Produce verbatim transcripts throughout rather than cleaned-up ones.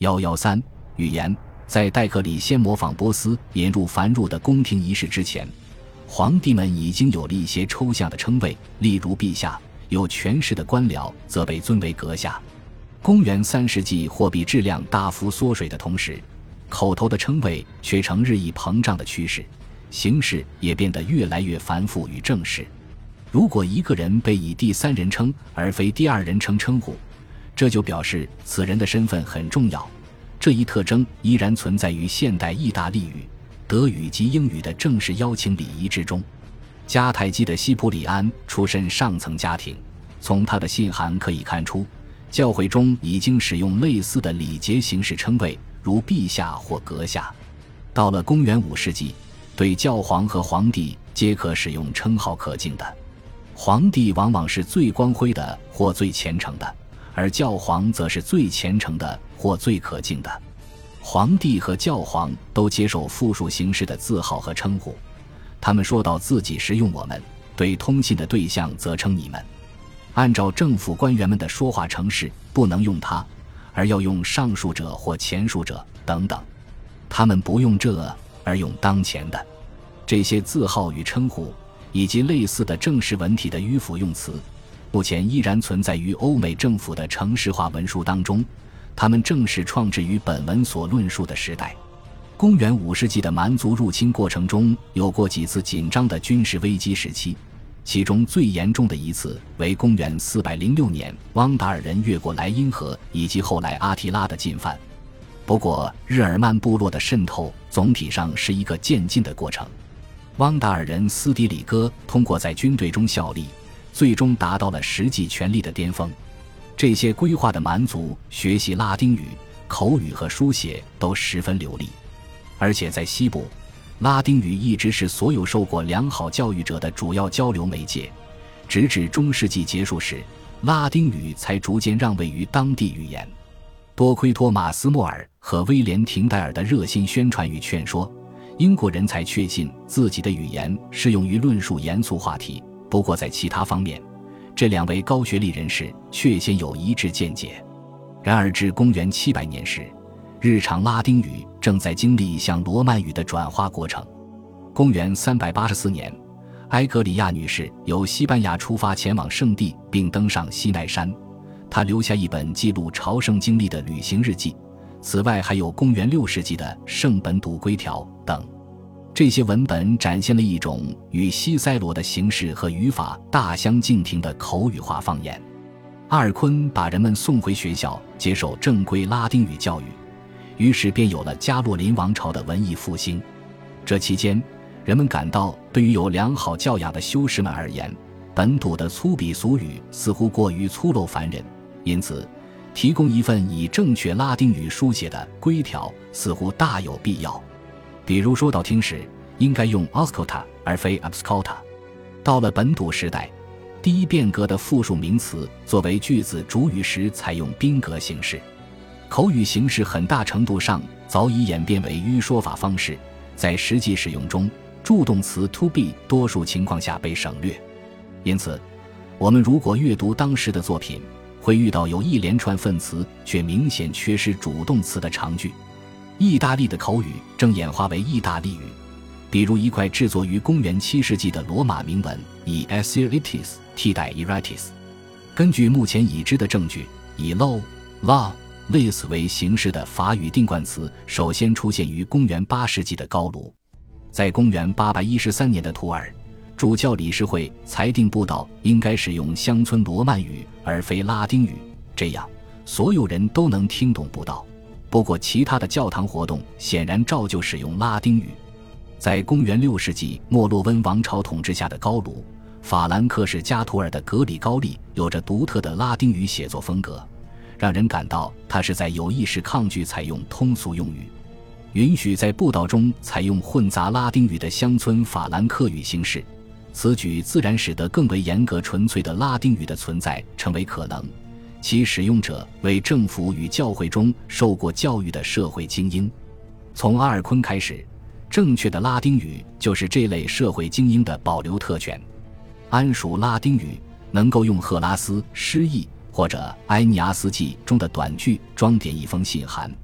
一一三语言。在戴克里先模仿波斯引入繁缛的宫廷仪式之前，皇帝们已经有了一些抽象的称谓，例如陛下，有权势的官僚则被尊为阁下。公元三世纪货币质量大幅缩水的同时，口头的称谓却呈日益膨胀的趋势，形式也变得越来越繁复与正式。如果一个人被以第三人称而非第二人称称呼，这就表示此人的身份很重要。这一特征依然存在于现代意大利语、德语及英语的正式邀请礼仪之中。迦太基的西普里安出身上层家庭，从他的信函可以看出，教会中已经使用类似的礼节形式称谓，如陛下或阁下。到了公元五世纪，对教皇和皇帝皆可使用称号可敬的。皇帝往往是最光辉的或最虔诚的，而教皇则是最虔诚的或最可敬的。皇帝和教皇都接受复数形式的字号和称呼，他们说到自己时用我们，对通信的对象则称你们。按照政府官员们的说话程式，不能用他，而要用上述者或前述者等等。他们不用这，而用当前的。这些字号与称呼以及类似的正式文体的迂腐用词，目前依然存在于欧美政府的程式化文书当中，他们正是创制于本文所论述的时代。公元五世纪的蛮族入侵过程中有过几次紧张的军事危机时期，其中最严重的一次为公元四百零六年汪达尔人越过莱茵河以及后来阿提拉的进犯。不过日耳曼部落的渗透总体上是一个渐进的过程。汪达尔人斯迪里戈通过在军队中效力，最终达到了实际权力的巅峰。这些规划的蛮族学习拉丁语，口语和书写都十分流利，而且在西部，拉丁语一直是所有受过良好教育者的主要交流媒介，直至中世纪结束时，拉丁语才逐渐让位于当地语言。多亏托马斯·莫尔和威廉·廷戴尔的热心宣传与劝说，英国人才确信自己的语言适用于论述严肃话题。不过在其他方面，这两位高学历人士确先有一致见解。然而至公元七百年时，日常拉丁语正在经历向罗曼语的转化过程。公元三百八十四年，埃格里亚女士由西班牙出发前往圣地，并登上西奈山。她留下一本记录朝圣经历的旅行日记，此外还有公元六世纪的《圣本笃规条》等。这些文本展现了一种与西塞罗的形式和语法大相径庭的口语化方言。阿尔昆把人们送回学校接受正规拉丁语教育，于是便有了加洛林王朝的文艺复兴。这期间，人们感到对于有良好教养的修士们而言，本笃的粗鄙俗语似乎过于粗陋烦人，因此提供一份以正确拉丁语书写的规条似乎大有必要。比如说到听时，应该用 ausculta 而非 abscolta。 到了本笃时代，第一变革的复数名词作为句子主语时采用宾格形式。口语形式很大程度上早已演变为迂说法方式，在实际使用中，助动词 to be 多数情况下被省略。因此，我们如果阅读当时的作品，会遇到有一连串分词却明显缺失主动词的长句。意大利的口语正演化为意大利语，比如一块制作于公元七世纪的罗马铭文以 Asiritis 替代 Iratis。 根据目前已知的证据，以 lo la lis 为形式的法语定冠词首先出现于公元八世纪的高卢。在公元八百一十三年的图尔，主教理事会裁定布道应该使用乡村罗曼语而非拉丁语，这样所有人都能听懂布道。不过其他的教堂活动显然照旧使用拉丁语。在公元六世纪莫洛温王朝统治下的高卢，法兰克史加图尔的格里高利有着独特的拉丁语写作风格，让人感到他是在有意识抗拒采用通俗用语，允许在布道中采用混杂拉丁语的乡村法兰克语形式。此举自然使得更为严格纯粹的拉丁语的存在成为可能，其使用者为政府与教会中受过教育的社会精英。从阿尔昆开始，正确的拉丁语就是这类社会精英的保留特权。安属拉丁语能够用赫拉斯诗意或者埃尼阿斯纪中的短句装点一封信函，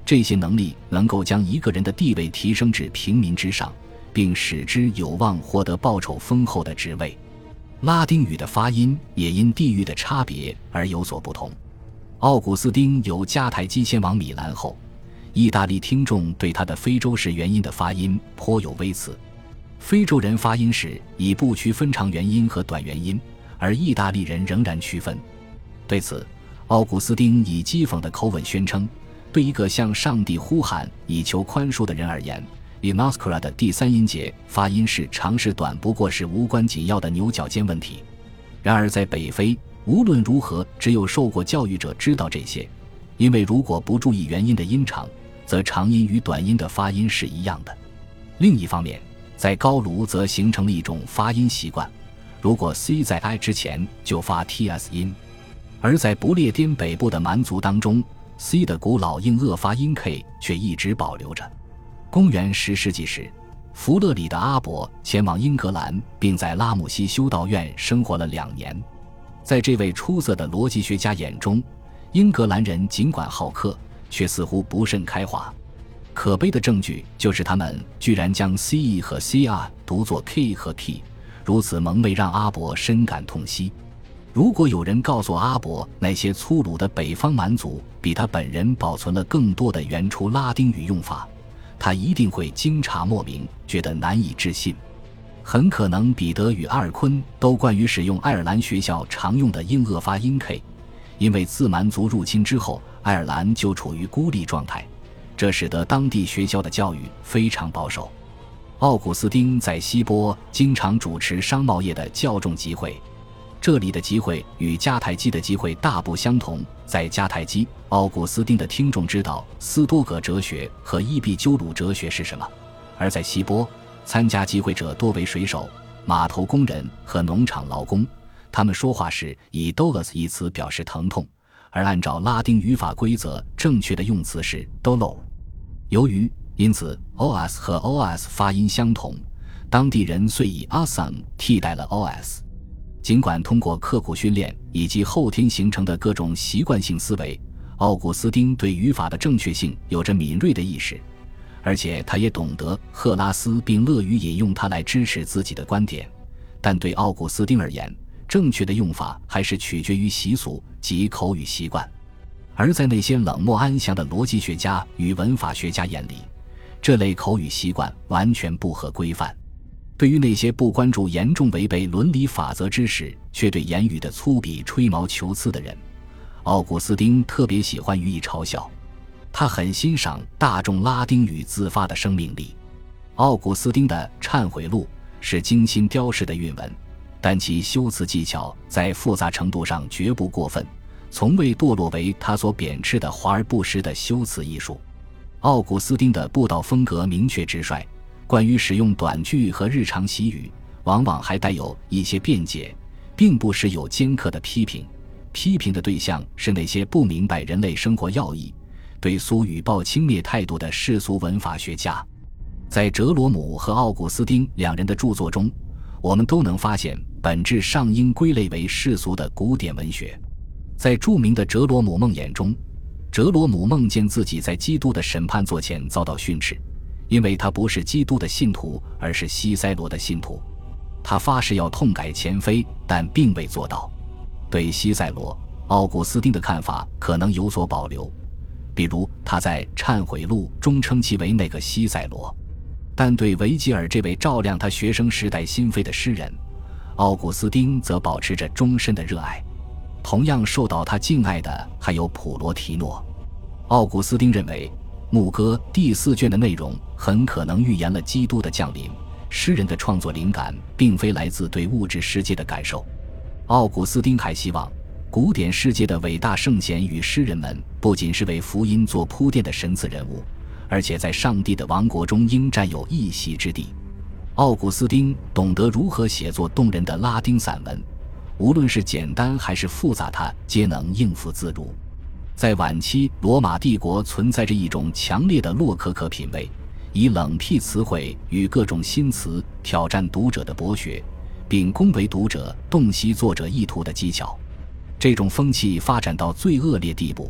这些能力能够将一个人的地位提升至平民之上，并使之有望获得报酬丰厚的职位。拉丁语的发音也因地域的差别而有所不同。奥古斯丁由迦太基迁往米兰后，意大利听众对他的非洲式元音的发音颇有微词。非洲人发音时已不区分长元音和短元音，而意大利人仍然区分。对此，奥古斯丁以讥讽的口吻宣称，对一个向上帝呼喊以求宽恕的人而言，Inoskura 的第三音节发音是长是短不过是无关紧要的牛角尖问题。然而在北非，无论如何只有受过教育者知道这些，因为如果不注意元音的音长，则长音与短音的发音是一样的。另一方面，在高卢则形成了一种发音习惯，如果 c 在 i 之前就发 ts 音，而在不列颠北部的蛮族当中， c 的古老硬腭发音 k 却一直保留着。公元十世纪时，弗勒里的阿伯前往英格兰，并在拉姆西修道院生活了两年。在这位出色的逻辑学家眼中，英格兰人尽管好客，却似乎不甚开化。可悲的证据就是他们居然将 ce 和 cr 读作 k 和 k， 如此蒙昧让阿伯深感痛惜。如果有人告诉阿伯那些粗鲁的北方蛮族比他本人保存了更多的原初拉丁语用法，他一定会惊诧莫名，觉得难以置信。很可能彼得与阿尔昆都惯于使用爱尔兰学校常用的硬腭发音 k， 因为自蛮族入侵之后，爱尔兰就处于孤立状态，这使得当地学校的教育非常保守。奥古斯丁在西波经常主持商贸业的教众集会，这里的集会与迦太基的集会大不相同。在迦太基，奥古斯丁的听众知道斯多葛哲学和伊壁鸠鲁哲学是什么，而在西波，参加集会者多为水手、码头工人和农场劳工，他们说话时以 dolus 一词表示疼痛，而按照拉丁语法规则正确的用词是 dolor。 由于因此 os 和 os 发音相同，当地人遂以 asam 替代了 os。尽管通过刻苦训练以及后天形成的各种习惯性思维，奥古斯丁对语法的正确性有着敏锐的意识，而且他也懂得赫拉斯并乐于引用它来支持自己的观点。但对奥古斯丁而言，正确的用法还是取决于习俗及口语习惯。而在那些冷漠安详的逻辑学家与文法学家眼里，这类口语习惯完全不合规范。对于那些不关注严重违背伦理法则之事，却对言语的粗鄙吹毛求疵的人，奥古斯丁特别喜欢予以嘲笑。他很欣赏大众拉丁语自发的生命力。奥古斯丁的《忏悔录》是精心雕饰的韵文，但其修辞技巧在复杂程度上绝不过分，从未堕落为他所贬斥的华而不实的修辞艺术。奥古斯丁的布道风格明确直率，关于使用短句和日常习语，往往还带有一些辩解，并不时有尖刻的批评。批评的对象是那些不明白人类生活要义，对俗语抱轻蔑态度的世俗文法学家。在哲罗姆和奥古斯丁两人的著作中，我们都能发现本质上应归类为世俗的古典文学。在著名的哲罗姆梦魇中，哲罗姆梦见自己在基督的审判座前遭到训斥，因为他不是基督的信徒，而是西塞罗的信徒。他发誓要痛改前非，但并未做到。对西塞罗，奥古斯丁的看法可能有所保留，比如他在《忏悔录》中称其为那个西塞罗。但对维吉尔这位照亮他学生时代心扉的诗人，奥古斯丁则保持着终身的热爱。同样受到他敬爱的还有普罗提诺。奥古斯丁认为牧歌第四卷的内容很可能预言了基督的降临，诗人的创作灵感并非来自对物质世界的感受。奥古斯丁还希望古典世界的伟大圣贤与诗人们不仅是为福音做铺垫的神赐人物，而且在上帝的王国中应占有一席之地。奥古斯丁懂得如何写作动人的拉丁散文，无论是简单还是复杂，他皆能应付自如。在晚期罗马帝国存在着一种强烈的洛可可品味，以冷僻词汇与各种新词挑战读者的博学，并恭维读者洞悉作者意图的技巧。这种风气发展到最恶劣地步，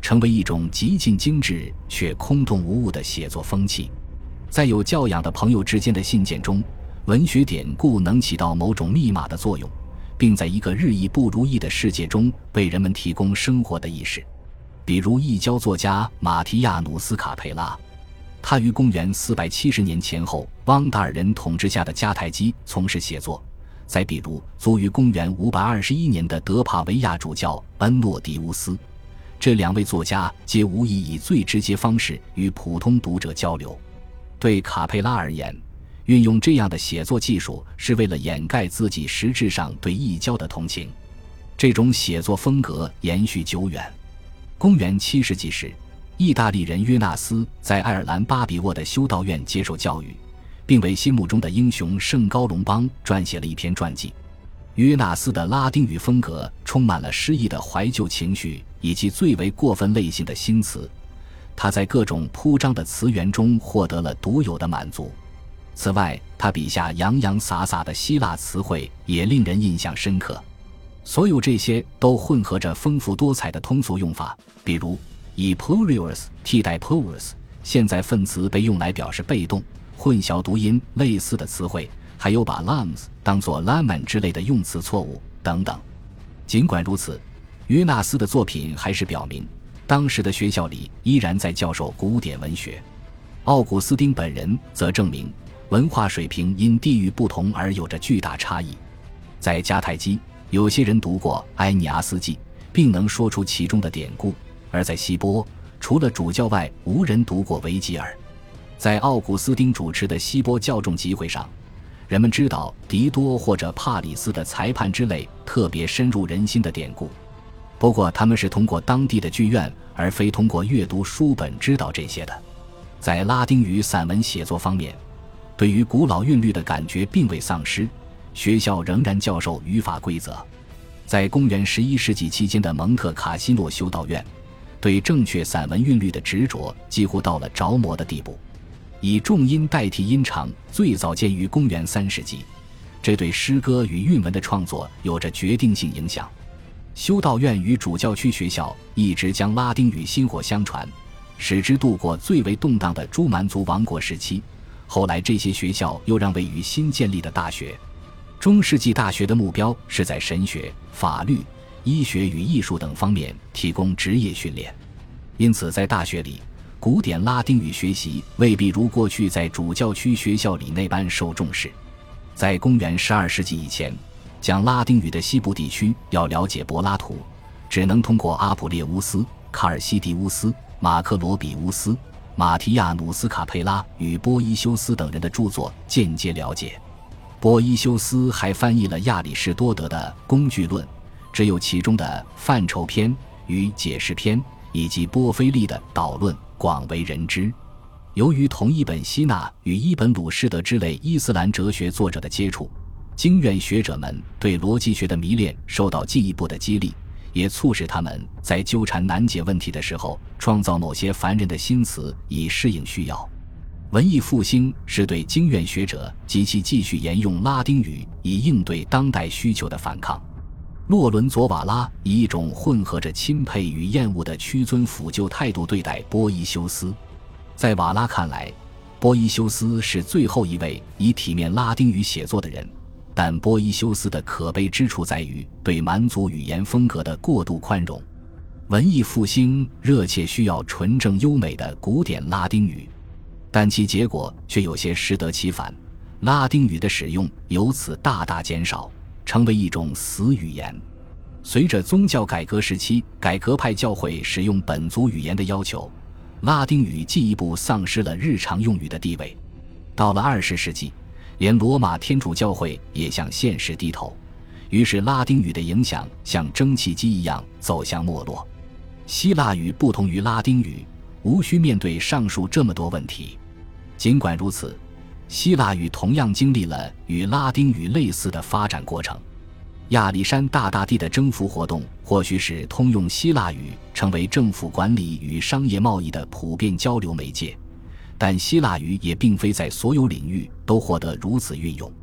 成为一种极尽精致却空洞无物的写作风气。在有教养的朋友之间的信件中，文学典故能起到某种密码的作用，并在一个日益不如意的世界中为人们提供生活的意识。比如异教作家马提亚努斯·卡佩拉，他于公元四百七十年前后汪达尔人统治下的迦太基从事写作。再比如卒于公元五百二十一年的德帕维亚主教恩诺迪乌斯，这两位作家皆无疑以最直接方式与普通读者交流。对卡佩拉而言，运用这样的写作技术是为了掩盖自己实质上对异教的同情。这种写作风格延续久远。公元七世纪时，意大利人约纳斯在爱尔兰巴比沃的修道院接受教育，并为心目中的英雄圣高隆邦撰写了一篇传记。约纳斯的拉丁语风格充满了诗意的怀旧情绪以及最为过分类型的新词，他在各种铺张的词源中获得了独有的满足。此外，他笔下洋洋洒洒的希腊词汇也令人印象深刻。所有这些都混合着丰富多彩的通俗用法，比如以 plurius 替代 plurus， 现在分词被用来表示被动、混淆读音类似的词汇，还有把 lams 当作 lemon 之类的用词错误等等。尽管如此，约纳斯的作品还是表明，当时的学校里依然在教授古典文学。奥古斯丁本人则证明，文化水平因地域不同而有着巨大差异。在迦太基，有些人读过埃尼阿斯纪，并能说出其中的典故，而在希波，除了主教外，无人读过维吉尔。在奥古斯丁主持的希波教众集会上，人们知道狄多或者帕里斯的裁判之类特别深入人心的典故，不过他们是通过当地的剧院，而非通过阅读书本知道这些的。在拉丁语散文写作方面，对于古老韵律的感觉并未丧失，学校仍然教授语法规则。在公元十一世纪期间的蒙特卡西诺修道院，对正确散文韵律的执着几乎到了着魔的地步。以重音代替音长最早见于公元三世纪，这对诗歌与韵文的创作有着决定性影响。修道院与主教区学校一直将拉丁语薪火相传，使之度过最为动荡的诸蛮族王国时期。后来这些学校又让位于新建立的大学。中世纪大学的目标是在神学、法律、医学与艺术等方面提供职业训练，因此在大学里，古典拉丁语学习未必如过去在主教区学校里那般受重视。在公元十二世纪以前，讲拉丁语的西部地区要了解柏拉图，只能通过阿普列乌斯、卡尔西迪乌斯、马克罗比乌斯、马提亚努斯卡佩拉与波伊修斯等人的著作间接了解。波伊修斯还翻译了亚里士多德的《工具论》，只有其中的范畴篇与解释篇以及波菲利的《导论》广为人知。由于同一本希纳与伊本鲁施德之类伊斯兰哲学作者的接触，经院学者们对逻辑学的迷恋受到进一步的激励，也促使他们在纠缠难解问题的时候创造某些烦人的新词以适应需要。文艺复兴是对经院学者及其继续沿用拉丁语以应对当代需求的反抗。洛伦佐瓦拉以一种混合着钦佩与厌恶的屈尊俯就态度对待波伊修斯。在瓦拉看来，波伊修斯是最后一位以体面拉丁语写作的人，但波伊修斯的可悲之处在于对蛮族语言风格的过度宽容。文艺复兴热切需要纯正优美的古典拉丁语，但其结果却有些适得其反，拉丁语的使用由此大大减少，成为一种死语言。随着宗教改革时期改革派教会使用本族语言的要求，拉丁语进一步丧失了日常用语的地位。到了二十世纪，连罗马天主教会也向现实低头，于是拉丁语的影响像蒸汽机一样走向没落。希腊语不同于拉丁语，无需面对上述这么多问题。尽管如此，希腊语同样经历了与拉丁语类似的发展过程。亚历山大大帝的征服活动或许使通用希腊语成为政府管理与商业贸易的普遍交流媒介，但希腊语也并非在所有领域都获得如此运用。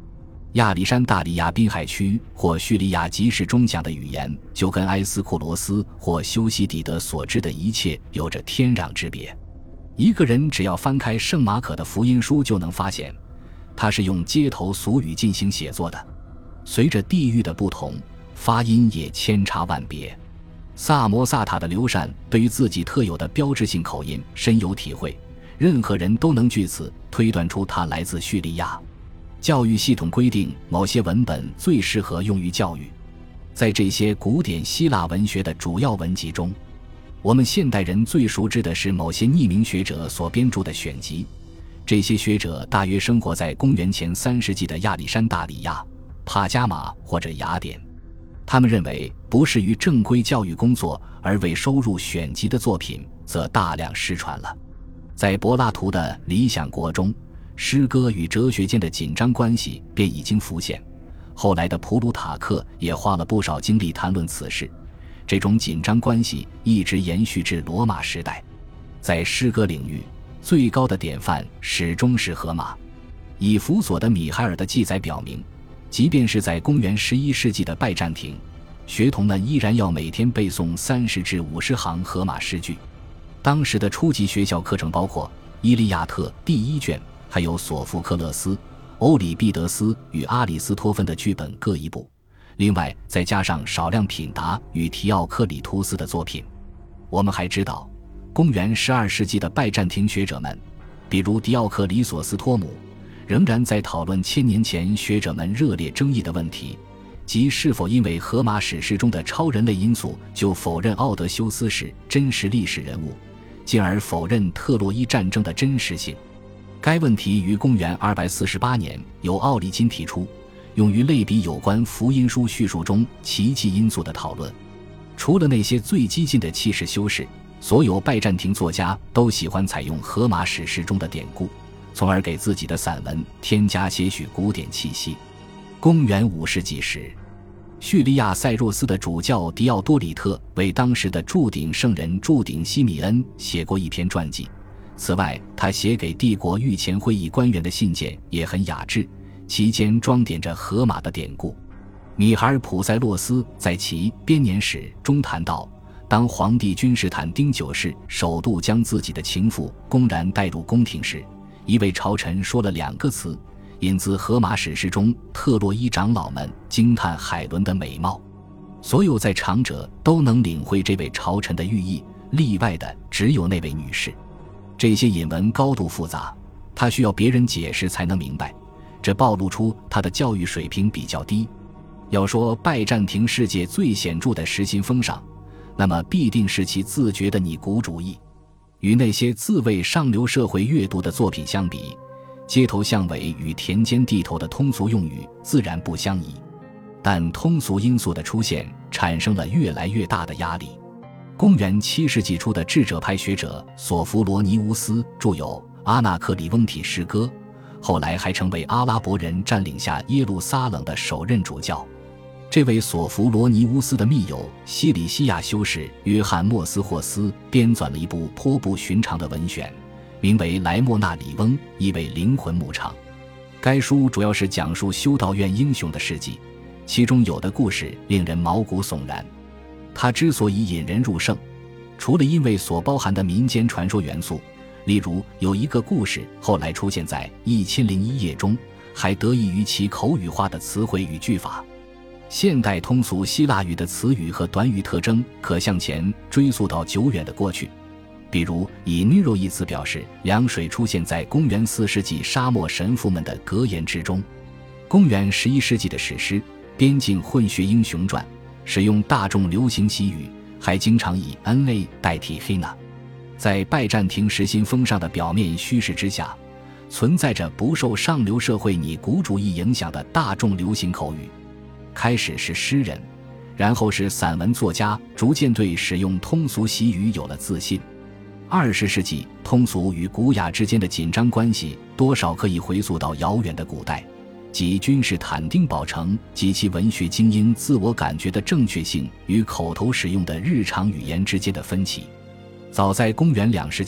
亚历山大里亚滨海区或叙利亚集市中讲的语言，就跟埃斯库罗斯或修昔底德所知的一切有着天壤之别。一个人只要翻开圣马可的福音书，就能发现他是用街头俗语进行写作的。随着地域的不同，发音也千差万别。萨摩萨塔的刘善对于自己特有的标志性口音深有体会，任何人都能据此推断出他来自叙利亚。教育系统规定某些文本最适合用于教育。在这些古典希腊文学的主要文集中，我们现代人最熟知的是某些匿名学者所编著的选集。这些学者大约生活在公元前三世纪的亚历山大里亚、帕加马或者雅典。他们认为不适于正规教育工作而未收入选集的作品则大量失传了。在柏拉图的《理想国》中，诗歌与哲学间的紧张关系便已经浮现，后来的普鲁塔克也花了不少精力谈论此事。这种紧张关系一直延续至罗马时代。在诗歌领域，最高的典范始终是荷马。以弗所的米海尔的记载表明，即便是在公元十一世纪的拜占庭，学童们依然要每天背诵三十至五十行荷马诗句。当时的初级学校课程包括《伊利亚特》第一卷，还有索福克勒斯、欧里庇得斯与阿里斯托芬的剧本各一部，另外再加上少量品达与提奥克里图斯的作品。我们还知道，公元十二世纪的拜占庭学者们，比如迪奥克里索斯托姆，仍然在讨论千年前学者们热烈争议的问题，即是否因为荷马史诗中的超人类因素就否认奥德修斯是真实历史人物，进而否认特洛伊战争的真实性。该问题于公元二百四十八年由奥利金提出，用于类比有关福音书叙述中奇迹因素的讨论。除了那些最激进的气势修士，所有拜占庭作家都喜欢采用荷马史诗中的典故，从而给自己的散文添加些许古典气息。公元五世纪时，叙利亚塞若斯的主教迪奥多里特为当时的柱顶圣人柱顶西米恩写过一篇传记。此外，他写给帝国御前会议官员的信件也很雅致，其间装点着荷马的典故。米海尔普塞洛斯在其编年史中谈到，当皇帝君士坦丁九世首度将自己的情妇公然带入宫廷时，一位朝臣说了两个词，引自荷马史诗中特洛伊长老们惊叹海伦的美貌。所有在场者都能领会这位朝臣的寓意，例外的只有那位女士。这些引文高度复杂，他需要别人解释才能明白，这暴露出他的教育水平比较低。要说拜占庭世界最显著的实行风尚，那么必定是其自觉的拟古主义。与那些自为上流社会阅读的作品相比，街头巷尾与田间地头的通俗用语自然不相宜，但通俗因素的出现产生了越来越大的压力。公元七世纪初的智者派学者索弗罗尼乌斯著有《阿纳克里翁体诗歌》，后来还成为阿拉伯人占领下耶路撒冷的首任主教。这位索弗罗尼乌斯的密友西里西亚修士约翰莫斯霍斯编纂了一部颇不寻常的文选，名为《莱莫纳里翁》，意为灵魂牧场。该书主要是讲述修道院英雄的事迹，其中有的故事令人毛骨悚然。它之所以引人入胜，除了因为所包含的民间传说元素，例如有一个故事后来出现在一千零一夜中，还得益于其口语化的词汇与句法。现代通俗希腊语的词语和短语特征可向前追溯到久远的过去，比如以 Nero 一词表示凉水出现在公元四世纪沙漠神父们的格言之中。公元十一世纪的史诗《边境混血英雄传》使用大众流行习语，还经常以 na 代替 hina。 在拜占庭实行风尚的表面虚实之下，存在着不受上流社会拟古主义影响的大众流行口语。开始是诗人，然后是散文作家，逐渐对使用通俗习语有了自信。二十世纪通俗与古雅之间的紧张关系多少可以回溯到遥远的古代，即君士坦丁堡城及其文学精英自我感觉的正确性与口头使用的日常语言之间的分歧。早在公元两世纪，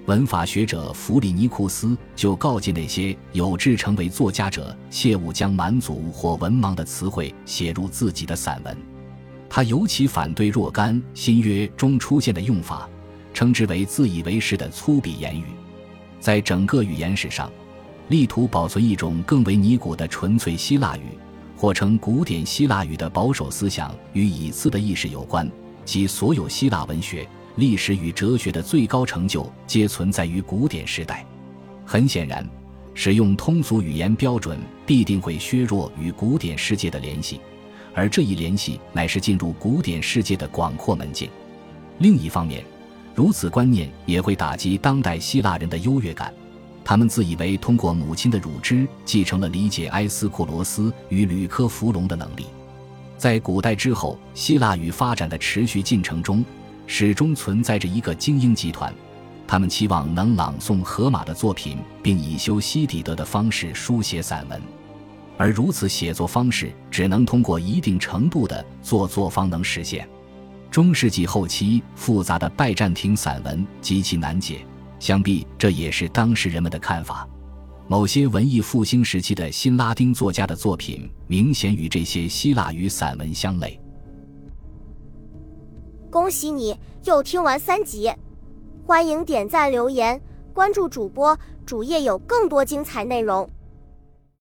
文法学者弗里尼库斯就告诫那些有志成为作家者，切勿将蛮族或文盲的词汇写入自己的散文。他尤其反对若干新约中出现的用法，称之为自以为是的粗鄙言语。在整个语言史上，力图保存一种更为拟古的纯粹希腊语，或称古典希腊语的保守思想，与以次的意识有关，即所有希腊文学、历史与哲学的最高成就皆存在于古典时代。很显然，使用通俗语言标准必定会削弱与古典世界的联系，而这一联系乃是进入古典世界的广阔门径。另一方面，如此观念也会打击当代希腊人的优越感，他们自以为通过母亲的乳汁继承了理解埃斯库罗斯与吕科弗龙的能力。在古代之后希腊语发展的持续进程中，始终存在着一个精英集团，他们期望能朗诵荷马的作品，并以修昔底德的方式书写散文，而如此写作方式只能通过一定程度的做作方能实现。中世纪后期复杂的拜占庭散文极其难解，想必这也是当时人们的看法。某些文艺复兴时期的新拉丁作家的作品明显与这些希腊语散文相类。 恭喜你又听完三集，欢迎点赞留言，关注主播，主页有更多精彩内容。